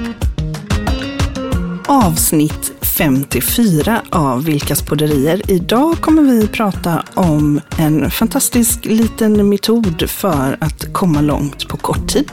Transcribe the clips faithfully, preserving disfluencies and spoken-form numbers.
Avsnitt femtiofyra av Vilkas podderier. Idag kommer vi prata om en fantastisk liten metod för att komma långt på kort tid.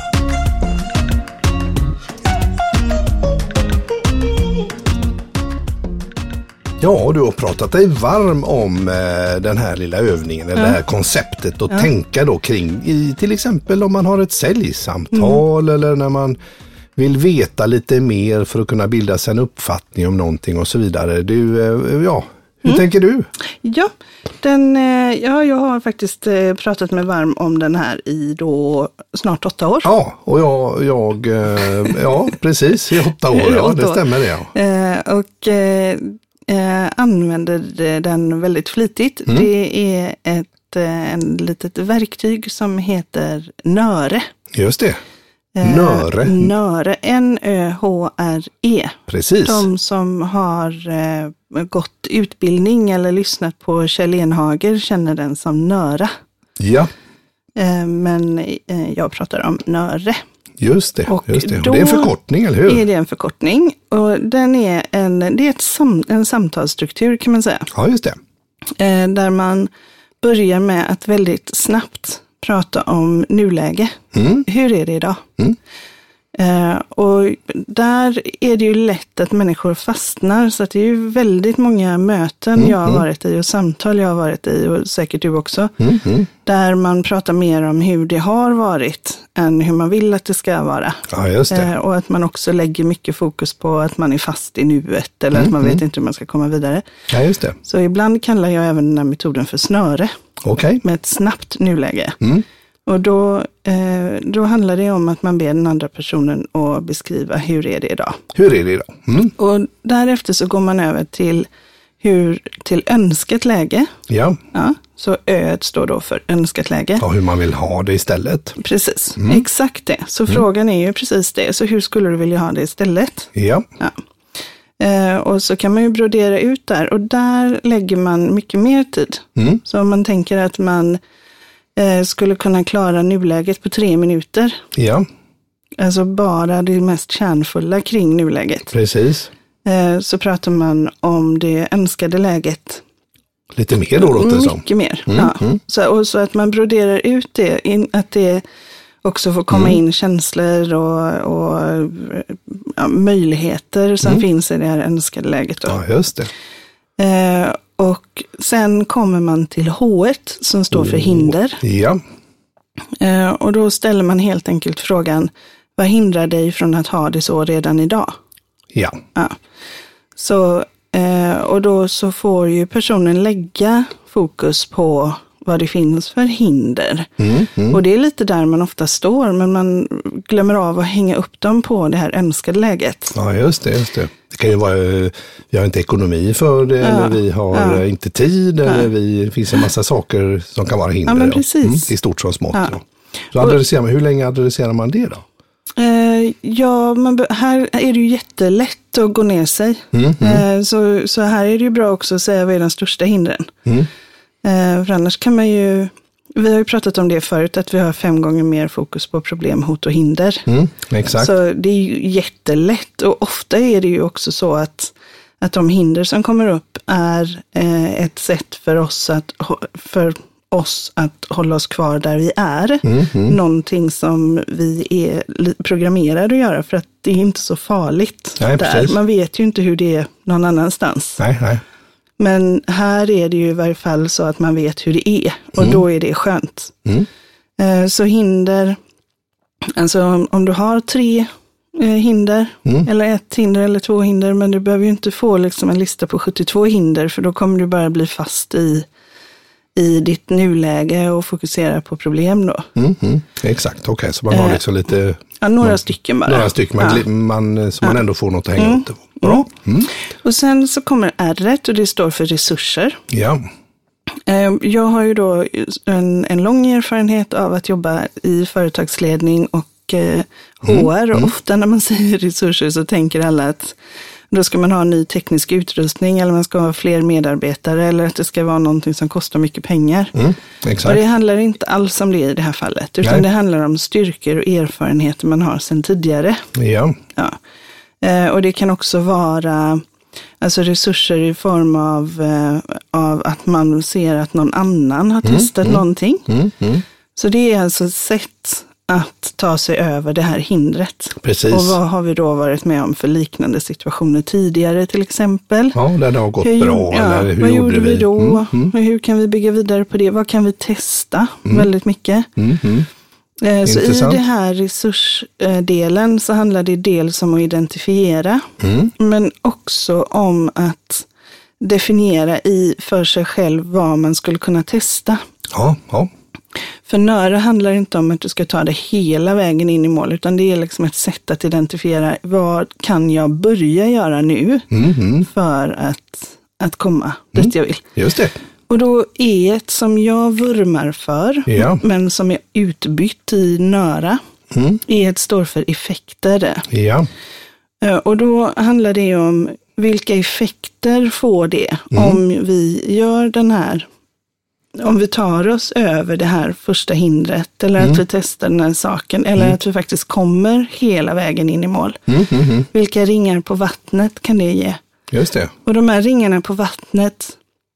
Ja, du har pratat dig varm om eh, den här lilla övningen, eller ja. det här konceptet och ja. tänka då kring, i, till exempel om man har ett säljsamtal mm. eller när man vill veta lite mer för att kunna bilda sig en uppfattning om någonting och så vidare. Du, eh, ja, hur mm. tänker du? Ja, den, eh, ja, jag har faktiskt eh, pratat mig varm om den här i då snart åtta år. Ja, och jag, jag eh, ja, precis, i åtta år, ja, det stämmer det. Ja. Eh, och... Eh, Eh, använder den väldigt flitigt. Mm. Det är ett eh, en litet verktyg som heter Nöre. Just det. Nöre. Eh, Nöre. N Ö H R E. Precis. De som har eh, gått utbildning eller lyssnat på Kjell Enhager känner den som Nöra. Ja. Eh, men eh, jag pratar om Nöre. Just det, och just det. Det är en förkortning, eller hur? Är det en förkortning. Och den är en, det är ett sam, en samtalsstruktur kan man säga. Ja, just det. Eh, där man börjar med att väldigt snabbt prata om nuläge. Mm. Hur är det idag? Mm. Eh, och där är det ju lätt att människor fastnar. Så att det är ju väldigt många möten mm. jag har varit i och samtal jag har varit i och säkert du också. Mm. Mm. Där man pratar mer om hur det har varit än hur man vill att det ska vara. Ja, just det. Eh, och att man också lägger mycket fokus på att man är fast i nuet eller mm. att man vet inte hur man ska komma vidare. Ja, just det. Så ibland kallar jag även den här metoden för snöre. Okay. Med ett snabbt nuläge. Mm. Och då, eh, då handlar det om att man ber den andra personen att beskriva hur är det idag. Hur är det idag? Mm. Och därefter så går man över till, hur, till önskat läge. Ja. Ja. Så Ö står då för önskat läge. Ja, hur man vill ha det istället. Precis, mm. exakt det. Så mm. frågan är ju precis det. Så hur skulle du vilja ha det istället? Ja. Ja. Eh, och så kan man ju brodera ut där. Och där lägger man mycket mer tid. Mm. Så om man tänker att man eh, skulle kunna klara nuläget på tre minuter. Ja. Alltså bara det mest kärnfulla kring nuläget. Precis. Eh, så pratar man om det önskade läget. Lite mer då låter det som. Mycket mer, mm, ja. Mm. Så, och så att man broderar ut det, in, att det också får komma mm. in känslor och, och ja, möjligheter som mm. finns i det här önskade läget då. Ja, just det. Eh, och sen kommer man till H ett som står för hinder. Ja. Eh, och då ställer man helt enkelt frågan, vad hindrar dig från att ha det så redan idag? Ja. Ja. Så, eh, och då så får ju personen lägga fokus på vad det finns för hinder. Mm, mm. Och det är lite där man ofta står, men man glömmer av att hänga upp dem på det här önskade läget. Ja, just det, just det. Det kan ju vara, vi har inte ekonomi för det, ja, eller vi har ja. inte tid, eller ja. vi, det finns en massa saker som kan vara hinder. Ja, men precis. Mm, i stort som smått. Ja. Då. Så adresserar man, hur länge adresserar man det då? Eh, ja, man, här är det ju jättelätt att gå ner sig. Mm, mm. Eh, så, så här är det ju bra också att säga vad är den största hindren. Mm. Eh, för annars kan man ju, vi har ju pratat om det förut, att vi har fem gånger mer fokus på problem, hot och hinder. Mm, exakt. Så det är ju jättelätt, och ofta är det ju också så att, att de hinder som kommer upp är eh, ett sätt för oss att, för oss att hålla oss kvar där vi är. Mm, mm. Någonting som vi är programmerade att göra, för att det är inte så farligt. Nej, där. Precis. Man vet ju inte hur det är någon annanstans. Nej, nej. Men här är det ju i varje fall så att man vet hur det är. Och mm. då är det skönt. Mm. Eh, så hinder, alltså om, om du har tre eh, hinder, mm. eller ett hinder eller två hinder, men du behöver ju inte få liksom en lista på sjuttiotvå hinder, för då kommer du bara bli fast i, i ditt nuläge och fokusera på problem då. Mm, mm. Exakt, okej. Okay. Så man har liksom lite... Ja, några man, stycken bara. Några stycken, man, ja. man, så man ja. ändå får något att hänga mm. upp det på. Bra. Mm. Och sen så kommer R och det står för resurser. Ja. Jag har ju då en, en lång erfarenhet av att jobba i företagsledning och eh, H R. Mm. Och ofta när man säger resurser så tänker alla att Då ska man ha ny teknisk utrustning eller man ska ha fler medarbetare eller att det ska vara någonting som kostar mycket pengar. Mm, exakt. Och det handlar inte alls om det i det här fallet, utan Nej. det handlar om styrkor och erfarenheter man har sedan tidigare. Ja. Ja. Eh, och det kan också vara alltså resurser i form av, eh, av att man ser att någon annan har testat mm, någonting. Mm, mm. Så det är alltså ett sätt att ta sig över det här hindret. Precis. Och vad har vi då varit med om för liknande situationer tidigare till exempel? Ja, där det har gått hur, bra. Ja, eller hur vad gjorde gjorde vi då? Mm, mm. Hur kan vi bygga vidare på det? Vad kan vi testa? Mm. Väldigt mycket. Mm, mm. Eh, så i det här resursdelen så handlar det dels om att identifiera, mm. men också om att definiera i för sig själv vad man skulle kunna testa. Ja, ja. För Nöra handlar inte om att du ska ta det hela vägen in i mål, utan det är liksom ett sätt att identifiera vad kan jag börja göra nu mm. för att, att komma dit mm. jag vill. Just det. Och då är ett som jag vurmar för, ja. men som är utbytt i Nöra, mm. är ett står för effekter. Ja. Och då handlar det om vilka effekter får det mm. om vi gör den här, om vi tar oss över det här första hindret eller mm. att vi testar den här saken eller mm. att vi faktiskt kommer hela vägen in i mål. Mm, mm, mm. Vilka ringar på vattnet kan det ge? Just det. Och de här ringarna på vattnet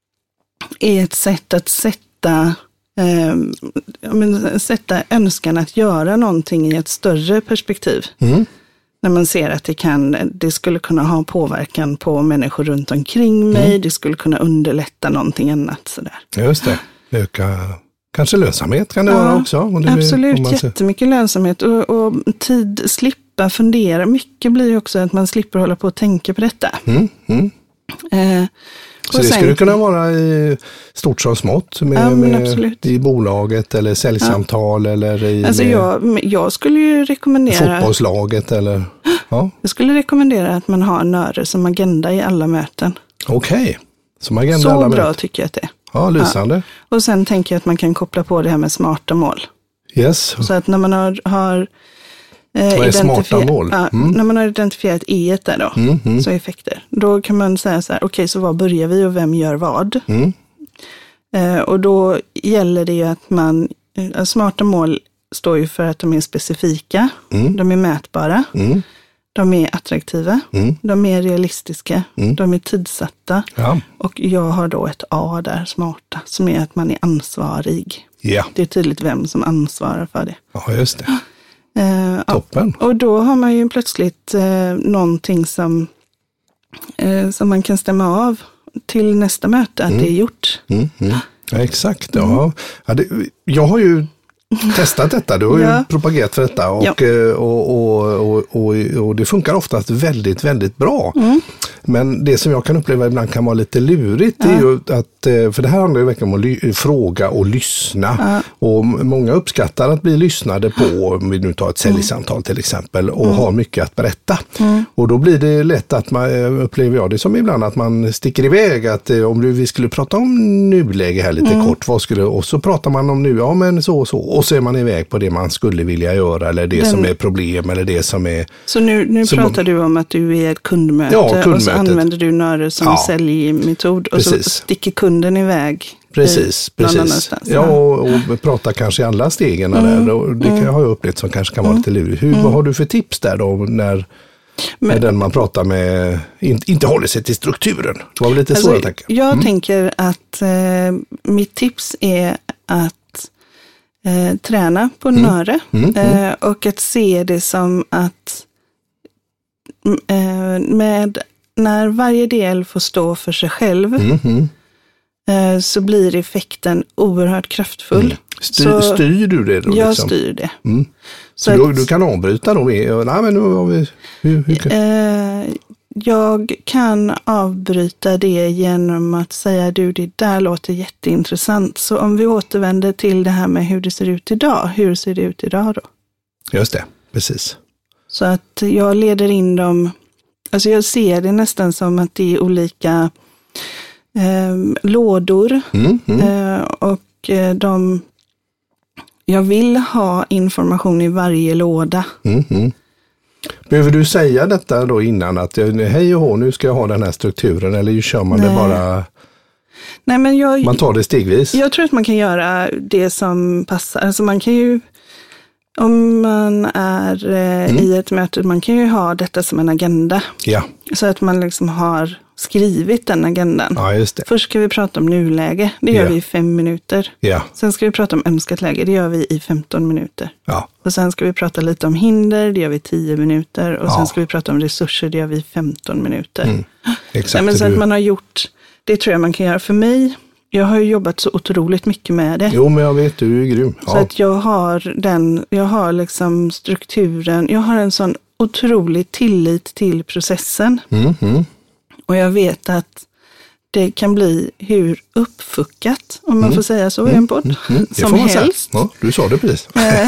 är ett sätt att sätta, eh, men, sätta önskan att göra någonting i ett större perspektiv. Mm. När man ser att det, kan, det skulle kunna ha påverkan på människor runt omkring mig. Mm. Det skulle kunna underlätta någonting annat. Sådär. Just det. Öka kanske lönsamhet kan det ja, vara också. Om det absolut, blir, om ser... jättemycket lönsamhet. Och, och tid, slippa fundera. Mycket blir också att man slipper hålla på och tänka på detta. Mm. Mm. Eh, Så det sen, skulle kunna vara i stort som smått med, ja, med, i bolaget eller säljsamtal ja. eller i alltså jag, jag skulle ju rekommendera fotbollslaget eller ja. Jag skulle rekommendera att man har Nöre som agenda i alla möten. Okej, okay. Som agenda så i alla bra möten. Tycker jag att det är. Ja, lysande. Ja. Och sen tänker jag att man kan koppla på det här med smarta mål. Yes. Så att när man har, har Eh, Vad är smarta mål? Ja, mm. När man har identifierat E där då, mm, mm. så effekter. Då kan man säga så här, okej okay, så var börjar vi och vem gör vad? Mm. Eh, och då gäller det ju att man, eh, smarta mål står ju för att de är specifika, mm. de är mätbara, mm. de är attraktiva, mm. de är realistiska, mm. de är tidsatta. Ja. Och jag har då ett A där, smarta, som är att man är ansvarig. Ja. Det är tydligt vem som ansvarar för det. Ja, just det. Uh, Toppen. Ja. Och då har man ju plötsligt uh, någonting som, uh, som man kan stämma av till nästa möte, att mm. det är gjort. Mm, mm. Ja, exakt, ja. Mm. Ja, det, jag har ju testat detta, du har ju ja. propagerat för detta och, ja. och, och, och, och, och det funkar oftast väldigt, väldigt bra. Mm. Men det som jag kan uppleva ibland kan vara lite lurigt ja. är ju att, för det här handlar ju verkligen om att ly- fråga och lyssna. Ja. Och många uppskattar att bli lyssnade på, om vi nu tar ett säljsamtal mm. till exempel, och mm. har mycket att berätta. Mm. Och då blir det lätt att man, upplever jag det som ibland, att man sticker iväg, att om vi skulle prata om nuläge här lite mm. kort, vad skulle, och så pratar man om nu, ja men så och så, och så är man iväg på det man skulle vilja göra, eller det Den. som är problem, eller det som är... Så nu, nu som pratar man, du om att du är ett kundmöte, ja, kundmötet. Och så använder du Nöre som ja. säljmetod, och precis. så sticker kunden iväg. Precis, precis. Ja, och, och prata kanske i alla stegen mm. där, och det kan jag ha upplevt som kanske kan vara mm. lite lurigt. Hur, mm. Vad har du för tips där då, när... Men, när den man pratar med inte, inte håller sig till strukturen? Det var väl lite alltså, så att tänka. Jag mm. tänker att eh, mitt tips är att eh, träna på mm. Nöre mm. Mm. Eh, och att se det som att eh, med när varje del får stå för sig själv mm. Mm. Eh, så blir effekten oerhört kraftfull. Mm. Styr, så, styr du det då? Jag liksom? styr det. Mm. Så, så du, du kan avbryta då? Nej, men nu har vi, hur, hur kan... eh, jag kan avbryta det genom att säga, du, det där låter jätteintressant. Så om vi återvänder till det här med hur det ser ut idag. Hur ser det ut idag då? Just det, precis. Så att jag leder in dem. Alltså jag ser det nästan som att det är olika eh, lådor. Mm, mm. Eh, och eh, de... Jag vill ha information i varje låda. Mm, mm. Behöver du säga detta då innan att hej och hå, nu ska jag ha den här strukturen, eller kör man Nej. det bara... Nej, men jag, man tar det stegvis? Jag tror att man kan göra det som passar. Alltså man kan ju, om man är eh, mm. i ett möte, man kan ju ha detta som en agenda. Ja. Så att man liksom har skrivit den agendan. Ja, just det. Först ska vi prata om nuläge, det gör ja. vi i fem minuter. Ja. Sen ska vi prata om önskat läge, det gör vi i femton minuter. Ja. Och sen ska vi prata lite om hinder, det gör vi i tio minuter. Och ja. sen ska vi prata om resurser, det gör vi i femton minuter. Mm. Exakt. Nej, men så att man har gjort, det tror jag man kan göra. För mig, jag har ju jobbat så otroligt mycket med det. Jo, men jag vet, du är grym. Ja. Så att jag har den, jag har liksom strukturen, jag har en sån otrolig tillit till processen. Mm, mm. Och jag vet att det kan bli hur uppfuckat, om man mm. får säga så i mm. en podd, mm. som helst. Ja, du sa det precis.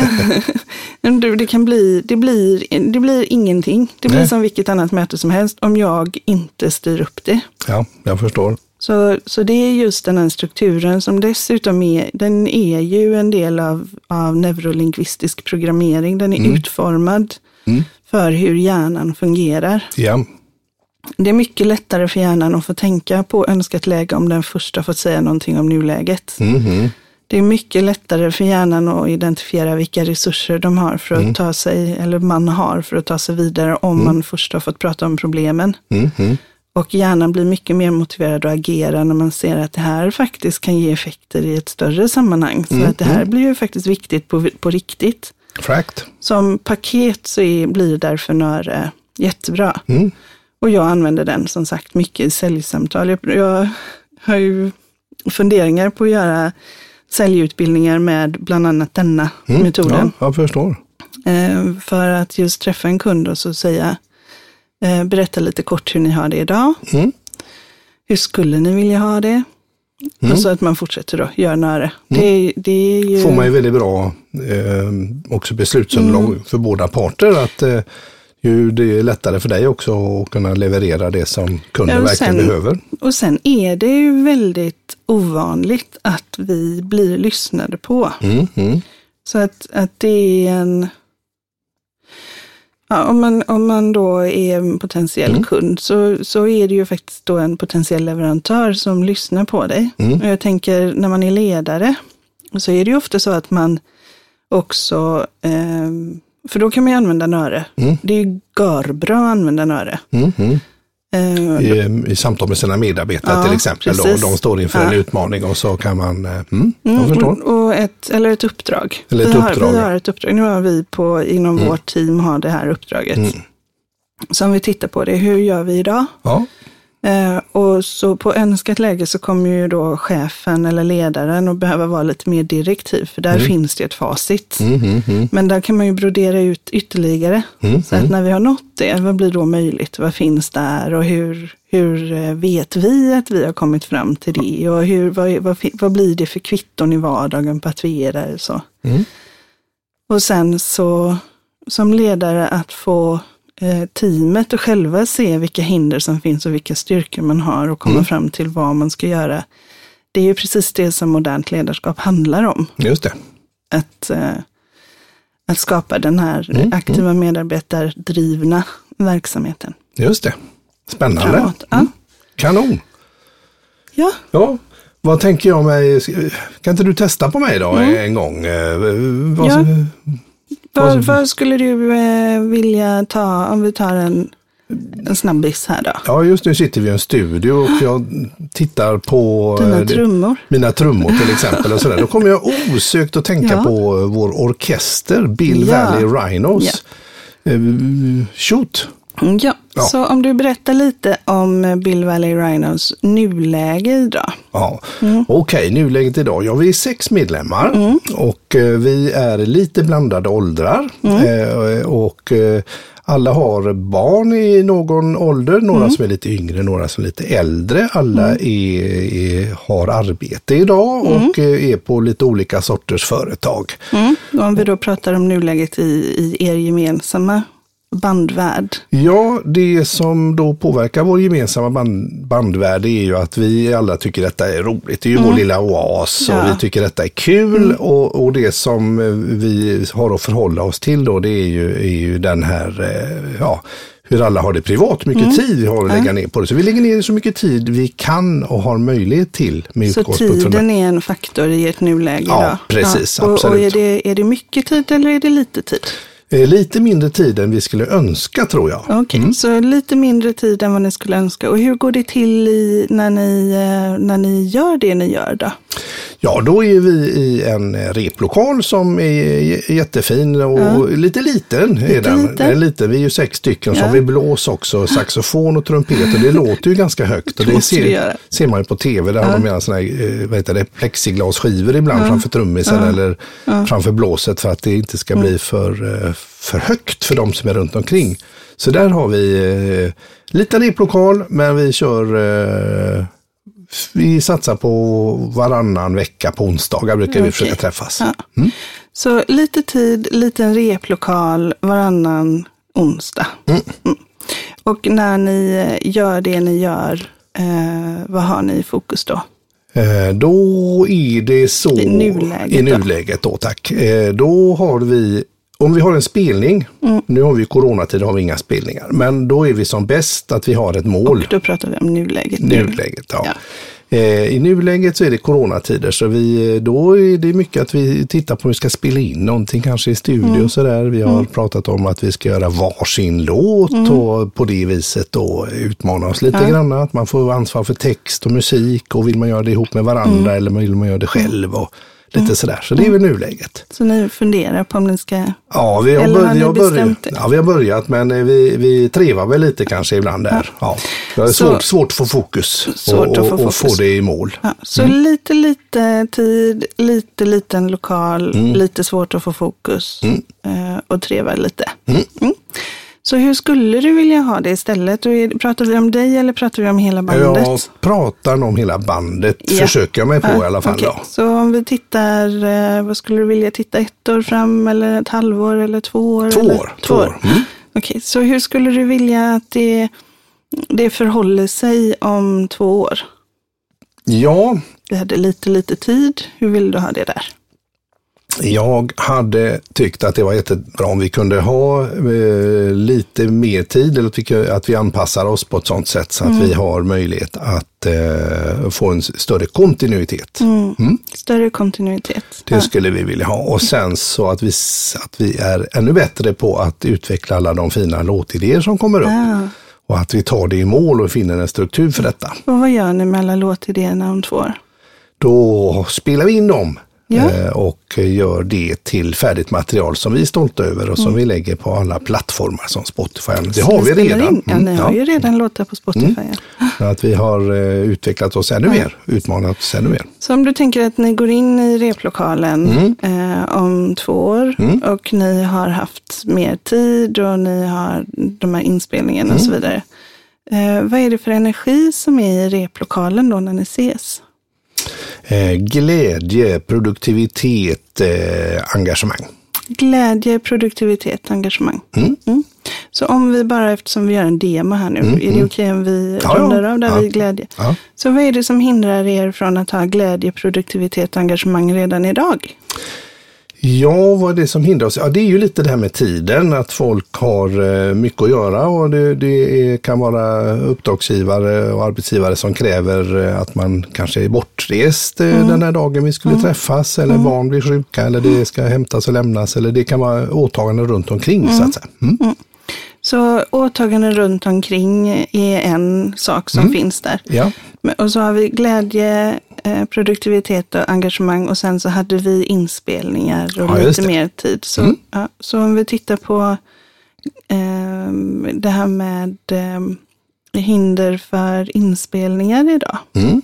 det kan bli, det blir, det blir ingenting. Det blir Nej. som vilket annat möte som helst om jag inte styr upp det. Ja, jag förstår. Så, så det är just den här strukturen som dessutom är, den är ju en del av, av neurolingvistisk programmering. Den är mm. utformad mm. för hur hjärnan fungerar. Ja. Det är mycket lättare för hjärnan att få tänka på önskat läge om den först har fått säga någonting om nuläget. Mm. Det är mycket lättare för hjärnan att identifiera vilka resurser de har för att mm. ta sig, eller man har för att ta sig vidare om mm. man först har fått prata om problemen. Mm. Och hjärnan blir mycket mer motiverad att agera när man ser att det här faktiskt kan ge effekter i ett större sammanhang. Så mm. att det här blir ju faktiskt viktigt på, på riktigt. Frakt. Som paket så är, blir därför Nöre jättebra. Mm. Och jag använder den som sagt mycket i säljsamtal. Jag, jag har ju funderingar på att göra säljutbildningar med bland annat denna mm. metoden. Ja, jag förstår. Eh, för att just träffa en kund och så säga, eh, berätta lite kort hur ni har det idag. Mm. Hur skulle ni vilja ha det? Mm. Och så att man fortsätter då, gör Nöre. Mm. Det, det är ju... Får man ju väldigt bra eh, också beslutsunderlag mm. för båda parter att eh, ju det är lättare för dig också att kunna leverera det som kunden ja, verkligen sen, behöver. Och sen är det ju väldigt ovanligt att vi blir lyssnade på. Mm, mm. Så att, att det är en... Ja, om, man, om man då är en potentiell mm. kund så, så är det ju faktiskt då en potentiell leverantör som lyssnar på dig. Mm. Och jag tänker när man är ledare så är det ju ofta så att man också... Eh, För då kan man ju använda Nöre. Mm. Det är ju görbra att använda Nöre. Mm, mm. Uh, I, I samtal med sina medarbetare ja, till exempel. Då, de står inför ja. en utmaning och så kan man... Mm, jag förstår. Och, och ett, eller ett uppdrag. Eller ett vi, uppdrag. Har, vi har ett uppdrag. Nu har vi på, inom mm. vårt team har det här uppdraget. Mm. Så om vi tittar på det, hur gör vi idag? Ja. Eh, och så på önskat läge så kommer ju då chefen eller ledaren att behöva vara lite mer direktiv. För där mm. finns det ett facit. Mm, mm, mm. Men där kan man ju brodera ut ytterligare. Mm, så att när vi har nått det, vad blir då möjligt? Vad finns där? Och hur, hur vet vi att vi har kommit fram till det? Och hur, vad, vad, vad blir det för kvitton i vardagen på att vi är där? Så. Mm. Och sen så som ledare att få teamet och själva se vilka hinder som finns och vilka styrkor man har och komma mm. fram till vad man ska göra. Det är ju precis det som modernt ledarskap handlar om. Just det. Att, att skapa den här mm. aktiva mm. medarbetardrivna verksamheten. Just det. Spännande. Mm. Ja. Kanon. Ja. Ja. Vad tänker jag mig? Kan inte du testa på mig då mm. en gång? Vad, ja. Vad, vad skulle du eh, vilja ta om vi tar en, en snabbis här då? Ja, just nu sitter vi i en studio och jag tittar på Dina eh, trummor. mina trummor till exempel. Och sådär. Då kommer jag osökt att tänka ja. på vår orkester, Bill ja. Valley Rhinos. Ja. Eh, shoot! Ja. ja, så om du berättar lite om Bill Valley Rhinos nuläge idag. Ja, mm. okej, okay, nuläget idag. Ja, vi är sex medlemmar mm. och eh, vi är lite blandade åldrar mm. eh, och eh, alla har barn i någon ålder, några mm. som är lite yngre, några som är lite äldre. Alla mm. är, är, har arbete idag och mm. är på lite olika sorters företag. Mm. Om vi då pratar om nuläget i, i er gemensamma bandvärld? Ja, det som då påverkar vår gemensamma band, bandvärld är ju att vi alla tycker detta är roligt. Det är ju mm. vår lilla oas och ja. vi tycker detta är kul mm. och, och det som vi har att förhålla oss till då, det är ju, är ju den här, ja, hur alla har det privat, mycket mm. tid vi har att lägga ja. ner på det. Så vi lägger ner så mycket tid vi kan och har möjlighet till. Med så tiden är en faktor i ett nuläge? Ja, då? precis. Ja. Och, absolut. och är, det, är det mycket tid eller är det lite tid? Lite mindre tid än vi skulle önska, tror jag. Okej, okay, mm. så lite mindre tid än vad ni skulle önska. Och hur går det till i, när, ni, när ni gör det ni gör då? Ja, då är vi i en replokal som är jättefin och ja. lite liten. Lite är den. Liten. Är liten. Vi är ju sex stycken, ja. så har vi blås också, saxofon och trumpet. Och det låter ju ganska högt. Och det ser, ser man ju på tv. Där ja. har de med såna här, vad heter det, plexiglasskivor ibland ja. framför trummisen ja. eller ja. framför blåset för att det inte ska bli för, för högt för de som är runt omkring. Så där har vi eh, lite replokal, men vi kör... Eh, Vi satsar på varannan vecka på onsdagar brukar okay. vi försöka träffas. Ja. Mm. Så lite tid, liten replokal varannan onsdag. Mm. Mm. Och när ni gör det ni gör, eh, vad har ni i fokus då? Eh, då är det så... I nuläget, I nuläget då, tack. Eh, då har vi... Om vi har en spelning, mm. nu har vi coronatid, har vi inga spelningar, men då är vi som bäst att vi har ett mål. Och då pratar vi om nuläget. Nuläget, ja. ja. Eh, I nuläget så är det coronatider, så vi, då är det mycket att vi tittar på hur vi ska spela in någonting, kanske i studio mm. och sådär. Vi har mm. pratat om att vi ska göra varsin låt mm. och på det viset då utmana oss lite ja. grann. Att man får ansvar för text och musik och vill man göra det ihop med varandra mm. eller vill man göra det själv och lite mm. sådär. Så det är väl nuläget. Så ni funderar på om ni ska... Ja, vi har, bör- har, vi har börjat. Ja, vi har börjat, men vi, vi trevar väl lite kanske ibland där. Ja. Ja. Det är svårt, så, svårt att få fokus och, och, få, och få det i mål. Ja. Så mm. lite, lite tid, lite, liten lokal, mm. lite svårt att få fokus mm. och treva lite. Mm. Mm. Så hur skulle du vilja ha det istället? Pratar vi om dig eller pratar vi om hela bandet? Jag pratar om hela bandet, ja. försöker jag mig på ja, i alla fall. Okay. Då. Så om vi tittar, vad skulle du vilja titta ett år fram eller ett halvår eller två år? Två eller? år. Två år. Mm. Okej, okay, så hur skulle du vilja att det, det förhåller sig om två år? Ja. Vi hade lite, lite tid. Hur vill du ha det där? Jag hade tyckt att det var jättebra om vi kunde ha eh, lite mer tid eller att vi, att vi anpassar oss på ett sådant sätt så att mm. vi har möjlighet att eh, få en större kontinuitet. Mm. Mm. Större kontinuitet. Det ja. skulle vi vilja ha. Och sen så att vi, att vi är ännu bättre på att utveckla alla de fina låtidéer som kommer upp. Ja. Och att vi tar det i mål och finner en struktur för detta. Och vad gör ni med alla låtidéerna om två år? Då spelar vi in dem. Ja. Och gör det till färdigt material som vi är stolta över och som mm. vi lägger på alla plattformar som Spotify. Det har vi redan. Mm. Ja, ni har ju redan låtar på Spotify. Mm. Så att vi har utvecklat oss ännu ja. mer, utmanat oss ännu mer. Så om du tänker att ni går in i replokalen mm. eh, om två år mm. och ni har haft mer tid och ni har de här inspelningarna mm. och så vidare. Eh, vad är det för energi som är i replokalen då när ni ses? Eh, glädje, produktivitet, eh, engagemang. Glädje, produktivitet, engagemang. Mm. Mm. Så om vi bara, eftersom vi gör en demo här nu, mm. är det okej okay om vi ja, rundar av där ja. vi glädje? Ja. Så vad är det som hindrar er från att ha glädje, produktivitet och engagemang redan idag? Ja, vad är det som hindrar oss? Ja, det är ju lite det här med tiden, att folk har mycket att göra och det, det kan vara uppdragsgivare och arbetsgivare som kräver att man kanske är bortrest mm. den här dagen vi skulle mm. träffas eller mm. barn blir sjuka eller det ska hämtas och lämnas eller det kan vara åtaganden runt omkring mm. så att säga. Mm. Mm. Så åtaganden runt omkring är en sak som mm. finns där. Ja. Och så har vi glädje, produktivitet och engagemang och sen så hade vi inspelningar och ja, lite mer tid. Så, mm. ja, så om vi tittar på eh, det här med eh, hinder för inspelningar idag. Mm.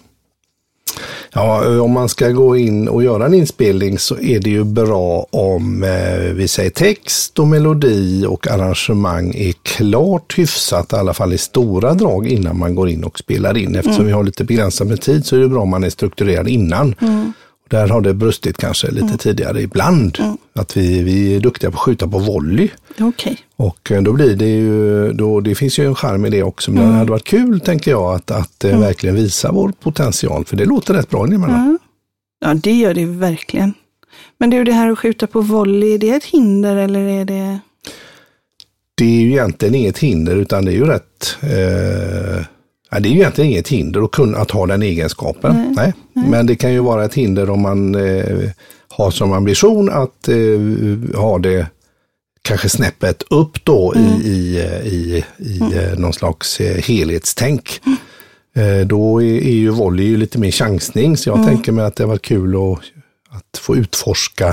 Ja, om man ska gå in och göra en inspelning så är det ju bra om eh, vi säger text och melodi och arrangemang är klart hyfsat, i alla fall i stora drag innan man går in och spelar in. Eftersom mm. vi har lite begränsad med tid så är det bra om man är strukturerad innan. Mm. Där har det brustit kanske lite mm. tidigare ibland. Mm. Att vi, vi är duktiga på att skjuta på volley. Okay. Och då blir det ju, då, det finns ju en charm i det också. Men mm. det hade varit kul, tänker jag, att, att mm. verkligen visa vår potential. För det låter rätt bra emellan. Mm. Ja, det gör det verkligen. Men det är ju det här att skjuta på volley, är det ett hinder eller är det... Det är ju egentligen inget hinder, utan det är ju rätt... Eh, ja, det är ju egentligen inget hinder att kunna att ha den egenskapen. Nej, nej. Nej. Men det kan ju vara ett hinder om man eh, har som ambition att eh, ha det kanske snäppet upp då mm. i, i, i, i mm. någon slags helhetstänk. Mm. Eh, då är, är ju volley ju lite mer chansning, så jag mm. tänker mig att det var kul att, att få utforska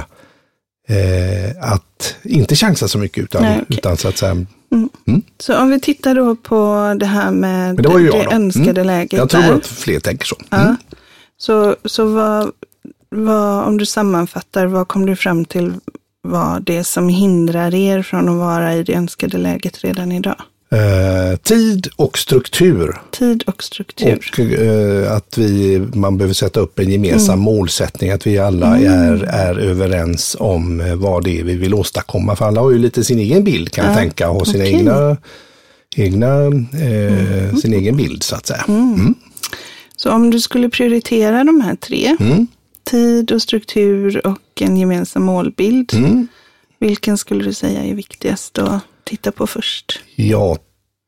Eh, att inte chansa så mycket utan, Nej, okay. utan så att säga... Mm. Mm. Så om vi tittar då på det här med det, det, det önskade mm. läget. Jag tror där. att fler tänker så. Ja. Mm. Så, så vad, vad, om du sammanfattar, vad kom du fram till vad det som hindrar er från att vara i det önskade läget redan idag? Eh, tid och struktur. Tid och struktur. Och eh, att vi, man behöver sätta upp en gemensam mm. målsättning, att vi alla mm. är, är överens om vad det är vi vill åstadkomma. För alla har ju lite sin egen bild, kan ja. jag tänka, och sina okay. egna, egna eh, mm. sin egen bild så att säga. Mm. Mm. Så om du skulle prioritera de här tre, mm. tid och struktur och en gemensam målbild, mm. vilken skulle du säga är viktigast att titta på först? Jag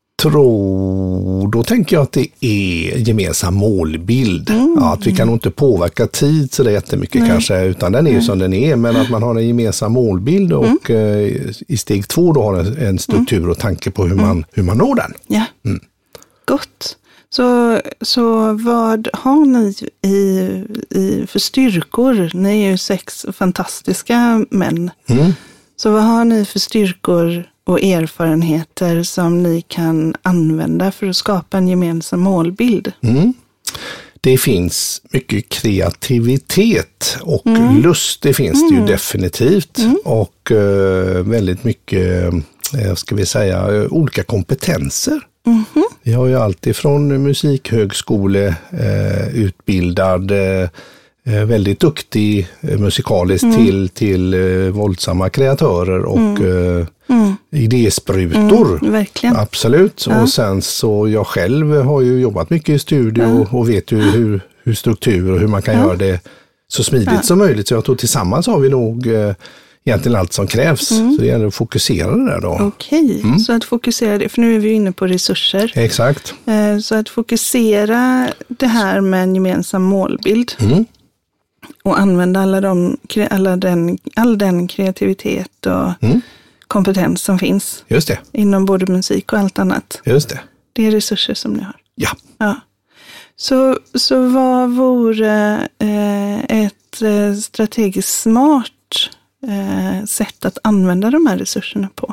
tror, då tänker jag att det är gemensam målbild. Mm. Ja, att vi kan nog inte påverka tid så det är jättemycket Nej. kanske, utan den är ju som den är, men att man har en gemensam målbild och mm. eh, i steg två då har en, en struktur och tanke på hur man, mm. hur man når den. Ja, mm. gott. Så, så vad har ni i, i för styrkor? Ni är ju sex fantastiska män. Mm. Så vad har ni för styrkor och erfarenheter som ni kan använda för att skapa en gemensam målbild? Mm. Det finns mycket kreativitet och mm. lust, det finns mm. det ju definitivt. Mm. Och uh, väldigt mycket, uh, ska vi säga, uh, olika kompetenser. Mm-hmm. Vi har ju allt ifrån musikhögskole, uh, utbildad, uh, väldigt duktig musikaliskt mm. till, till uh, våldsamma kreatörer och mm. uh, mm. idésprutor. Mm, verkligen. Absolut. Ja. Och sen så jag själv har ju jobbat mycket i studio ja. och vet ju hur, hur struktur och hur man kan ja. göra det så smidigt ja. som möjligt. Så jag tror tillsammans har vi nog uh, egentligen allt som krävs. Mm. Så det gäller att fokusera det där då. Okej, mm. så att fokusera det, för nu är vi inne på resurser. Exakt. Uh, så att fokusera det här med en gemensam målbild. Mm. Och använda alla de, alla den, all den kreativitet och mm. kompetens som finns. Just det. Inom både musik och allt annat. Just det. Det är resurser som ni har. Ja. ja. Så, så vad vore eh, ett eh, strategiskt smart eh, sätt att använda de här resurserna på?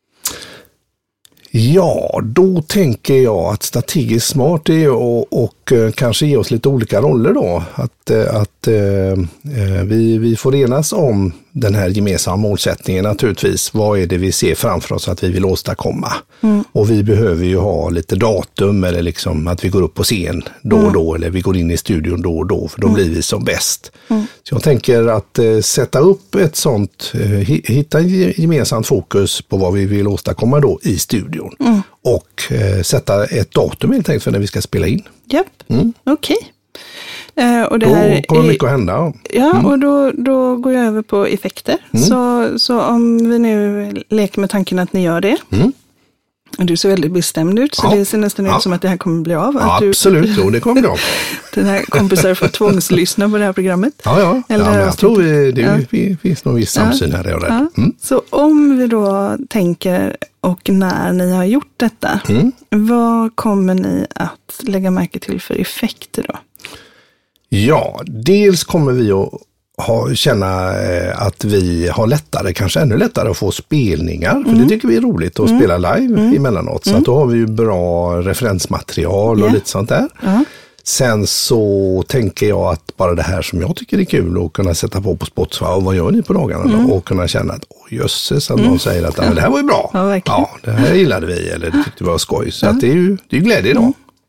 Ja, då tänker jag att strategiskt smart är och, och kanske ge oss lite olika roller då. Att, att eh, vi, vi får enas om den här gemensamma målsättningen naturligtvis. Vad är det vi ser framför oss att vi vill åstadkomma? Mm. Och vi behöver ju ha lite datum eller liksom att vi går upp på scen då och då mm. eller vi går in i studion då och då, för då mm. blir vi som bäst. Mm. Så jag tänker att eh, sätta upp ett sånt, eh, hitta gemensamt fokus på vad vi vill åstadkomma då i studion. Mm. Och eh, sätta ett datum helt enkelt för när vi ska spela in. Japp, mm. okej. Okay. Uh, och det då här kommer är, mycket att hända. Ja, mm. och då, då går jag över på effekter. Mm. Så, så om vi nu leker med tanken att ni gör det. Mm. Och du ser väldigt bestämd ut, så ja. det ser nästan ja. ut som att det här kommer bli av. Ja, att absolut, du, jo, det kommer bli av. Den här kompisar får tvångslyssna på det här programmet. Ja, ja. Eller ja jag tror vi, det ja. vi, finns någon viss samsyn ja. här. Jag ja. mm. Så om vi då tänker och när ni har gjort detta, mm. vad kommer ni att lägga märke till för effekter då? Ja, dels kommer vi att ha, känna att vi har lättare, kanske ännu lättare att få spelningar. Mm. För det tycker vi är roligt att mm. spela live mm. emellanåt. Så mm. att då har vi ju bra referensmaterial och yeah. lite sånt där. Uh-huh. Sen så tänker jag att bara det här som jag tycker är kul att kunna sätta på på Spotify, och vad gör ni på dagarna mm. då? Och kunna känna att åh jösses, att mm. någon säger att ja. det här var ju bra. Ja, ja, det här gillade vi eller det tyckte vi var skoj. Så uh-huh. att det är ju det är glädje då. Mm.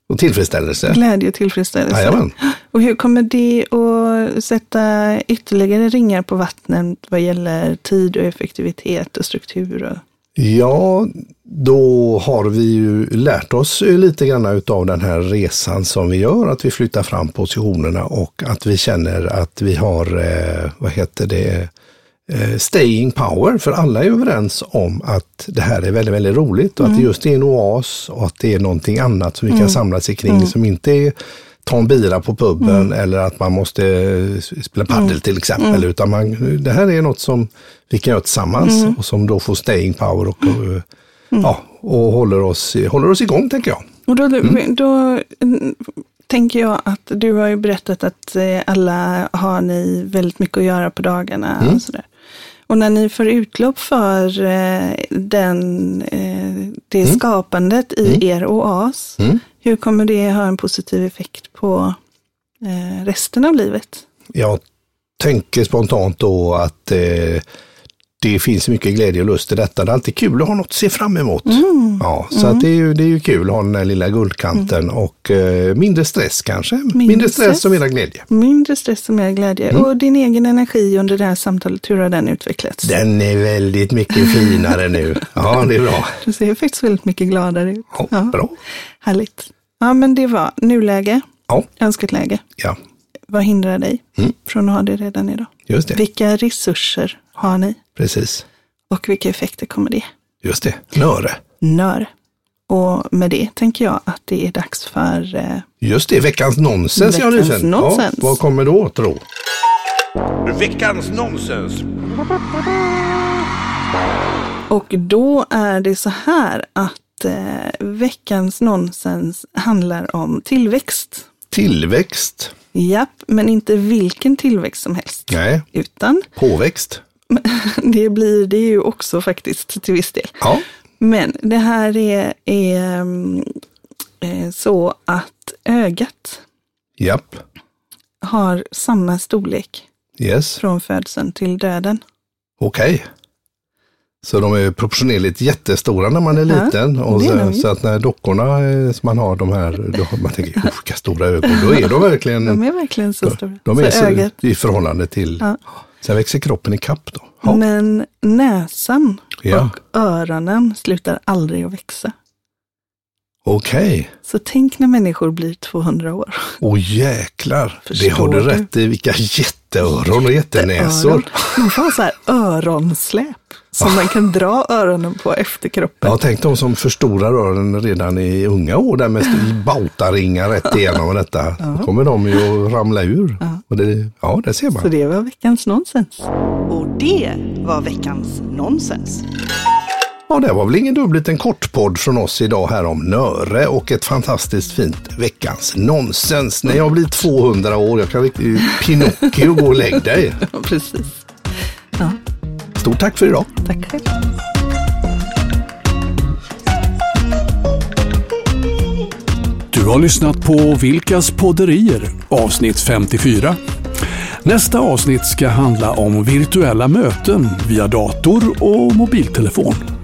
Och tillfredsställelse. Glädje och tillfredsställelse. Jajamän. Och hur kommer det att sätta ytterligare ringar på vattnet vad gäller tid och effektivitet och struktur? Och... Ja, då har vi ju lärt oss lite grann av den här resan som vi gör, att vi flyttar fram positionerna och att vi känner att vi har, eh, vad heter det, eh, staying power, för alla är överens om att det här är väldigt, väldigt roligt och mm. att det just är en oas och att det är någonting annat som vi mm. kan samla sig kring mm. som inte är ta en bira på puben mm. eller att man måste spela paddel mm. till exempel, mm. utan man, det här är något som vi kan göra tillsammans mm. och som då får staying power och, och, mm. ja, och håller, oss, håller oss igång, tänker jag. Och då, mm. då tänker jag att du har ju berättat att alla har ni väldigt mycket att göra på dagarna mm. och sådär. Och när ni får utlopp för eh, den, eh, det mm. skapandet i mm. er oas, mm. hur kommer det ha en positiv effekt på eh, resten av livet? Jag tänker spontant då att eh, det finns mycket glädje och lust i detta. Det är alltid kul att ha något att se fram emot. Mm. Ja, så mm. att det, är ju, det är ju kul att ha den här lilla guldkanten mm. och eh, mindre stress kanske. Mindre, mindre stress, stress och mer glädje. Mindre stress och mer glädje. Mm. Och din egen energi under det här samtalet, hur har den utvecklats? Den är väldigt mycket finare nu. Ja, det är bra. Du ser faktiskt väldigt mycket gladare ut. Ja, ja. Bra. Härligt. Ja, men det var nuläge. Ja. Önskat läge. Ja. Vad hindrar dig mm. från att ha det redan idag? Just det. Vilka resurser har ni? Precis. Och vilka effekter kommer det? Just det. Nöre. Nöre. Och med det tänker jag att det är dags för... Eh, Just det, veckans nonsens. Veckans jag nonsens. Ja, vad kommer då, tro? Veckans nonsens. Och då är det så här att eh, veckans nonsens handlar om tillväxt. Tillväxt? Japp, men inte vilken tillväxt som helst. Nej. Utan... Påväxt? Det blir det ju också faktiskt till viss del. Ja. Men det här är, är, är så att ögat Japp. har samma storlek yes. från födseln till döden. Okej. Okay. Så de är proportionellt jättestora när man är ja, liten. Och så, så att när dockorna som man har de här, då man tänker, vilka stora ögon, då är de verkligen... De är verkligen så stora. De är så så ögat. I förhållande till... Ja. Sen växer kroppen i kapp då. Ja. Men näsan ja. och öronen slutar aldrig att växa. Okej. Okay. Så tänk när människor blir tvåhundra år. Åh jäklar, Förstår det har du, du rätt i. Vilka jätteöron och jättenäsor. De får så här öronsläp som man kan dra öronen på efter kroppen. Jag tänkte de som förstorar öronen redan i unga år där med bautaringar rätt igenom och detta. Ja. Då kommer de ju att ramla ur. Ja. Och det, ja, det ser man. Så det var veckans nonsens. Och det var veckans nonsens. Ja, det var väl ingen dubbelt en kort podd från oss idag här om nöre och ett fantastiskt fint veckans nonsens. När jag blir tvåhundra år, jag kan riktigt Pinocchio gå och lägg dig. Ja, precis. Ja. Stort tack för idag. Tack själv. Du har lyssnat på Vilkas podderier, avsnitt femtiofyra. Nästa avsnitt ska handla om virtuella möten via dator och mobiltelefon.